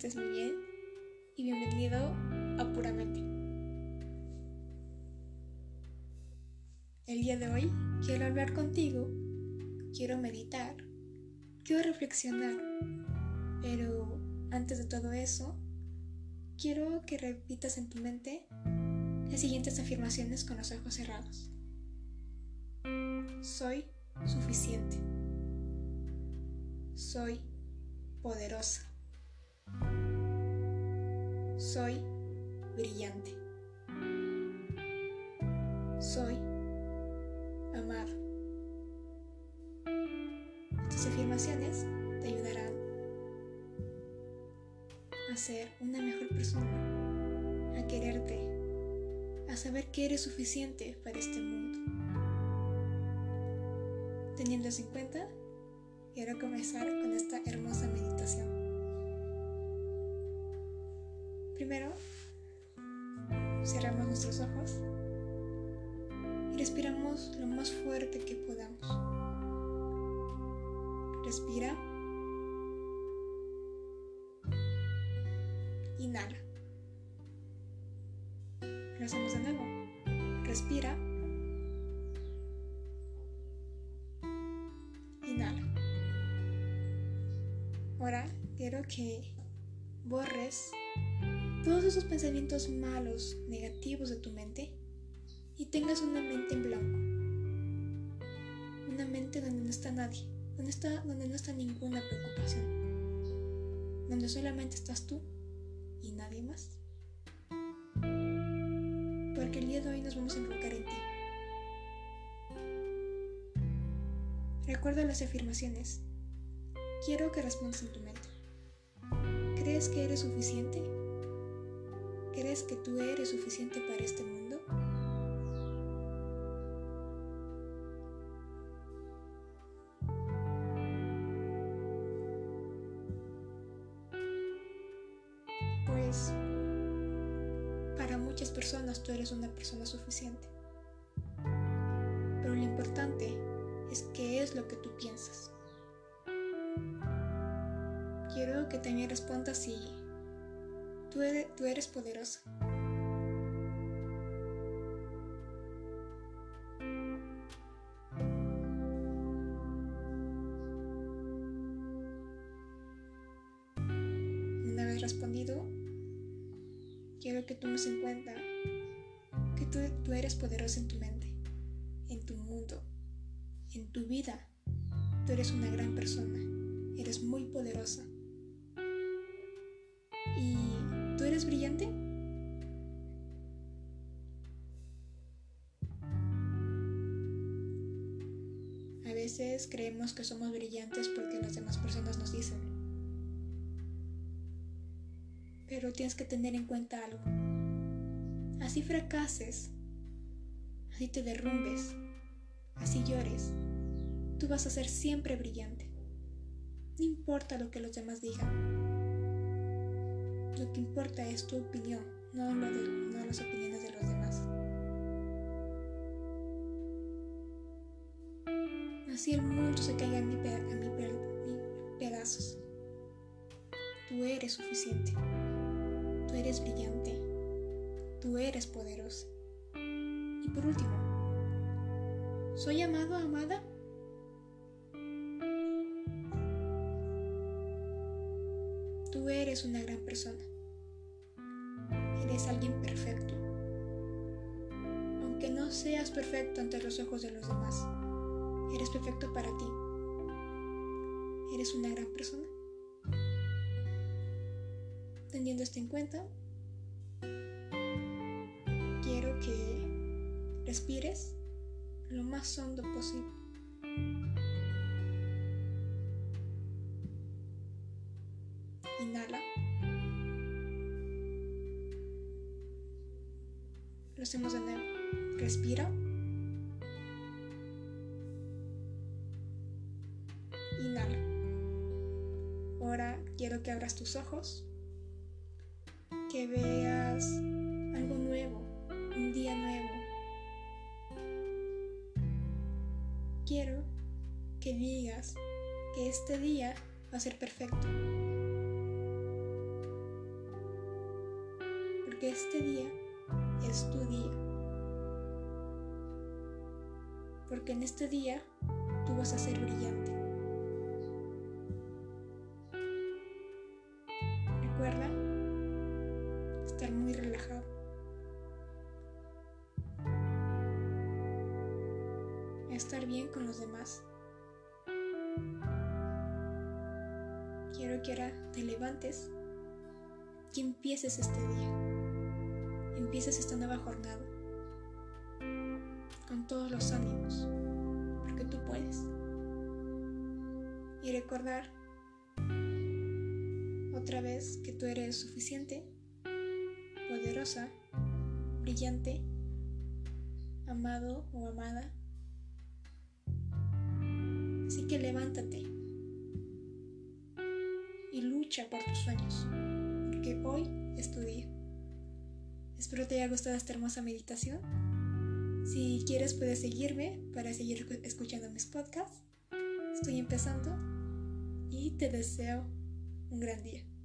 estés muy bien y bienvenido a Puramente. El día de hoy quiero hablar contigo, quiero meditar, quiero reflexionar, pero antes de todo eso, quiero que repitas en tu mente las siguientes afirmaciones con los ojos cerrados. Soy suficiente. Soy poderosa. Soy brillante. Soy amado. Estas afirmaciones te ayudarán a ser una mejor persona, a quererte, a saber que eres suficiente para este mundo. Teniendo eso en cuenta, quiero comenzar con esta hermosa meditación. Primero, cerramos nuestros ojos y respiramos lo más fuerte que podamos. Respira. Inhala. Lo hacemos de nuevo. Respira. Inhala. Ahora quiero que borres todos esos pensamientos malos, negativos de tu mente y tengas una mente en blanco. Una mente donde no está nadie, donde no está ninguna preocupación. Donde solamente estás tú y nadie más. Porque el día de hoy nos vamos a enfocar en ti. Recuerda las afirmaciones. Quiero que respondas en tu mente. ¿Crees que eres suficiente? ¿Crees que tú eres suficiente para este mundo? Pues para muchas personas tú eres una persona suficiente. Pero lo importante es qué es lo que tú piensas. Quiero que también respondas si tú eres poderosa. Una vez respondido, quiero que tomes en cuenta que tú eres poderosa en tu mente, en tu mundo, en tu vida. Tú eres una gran persona, eres muy poderosa. ¿Y tú eres brillante? A veces creemos que somos brillantes porque las demás personas nos dicen. Pero tienes que tener en cuenta algo. Así fracases, así te derrumbes, así llores, tú vas a ser siempre brillante. No importa lo que los demás digan. Lo que importa es tu opinión, no las opiniones de los demás. Así el mundo se caiga en pedazos. Tú eres suficiente. Tú eres brillante. Tú eres poderoso. Y por último, ¿soy amado o amada? Tú eres una gran persona. Eres alguien perfecto. Aunque no seas perfecto ante los ojos de los demás, eres perfecto para ti. Eres una gran persona. Teniendo esto en cuenta, quiero que respires lo más hondo posible. Inhala. Lo hacemos de nuevo. Respira. Inhala. Ahora quiero que abras tus ojos, que veas algo nuevo, un día nuevo. Quiero que digas que este día va a ser perfecto. porque este día es tu día. Porque en este día tú vas a ser brillante. Recuerda estar muy relajado. Estar bien con los demás. Quiero que ahora te levantes y empieces este día. Empieces esta nueva jornada con todos los ánimos, porque tú puedes. Y recordar otra vez que tú eres suficiente, poderosa, brillante, amado o amada. Así que levántate y lucha por tus sueños, porque hoy es tu día. Espero te haya gustado esta hermosa meditación. Si quieres puedes seguirme para seguir escuchando mis podcasts. Estoy empezando y te deseo un gran día.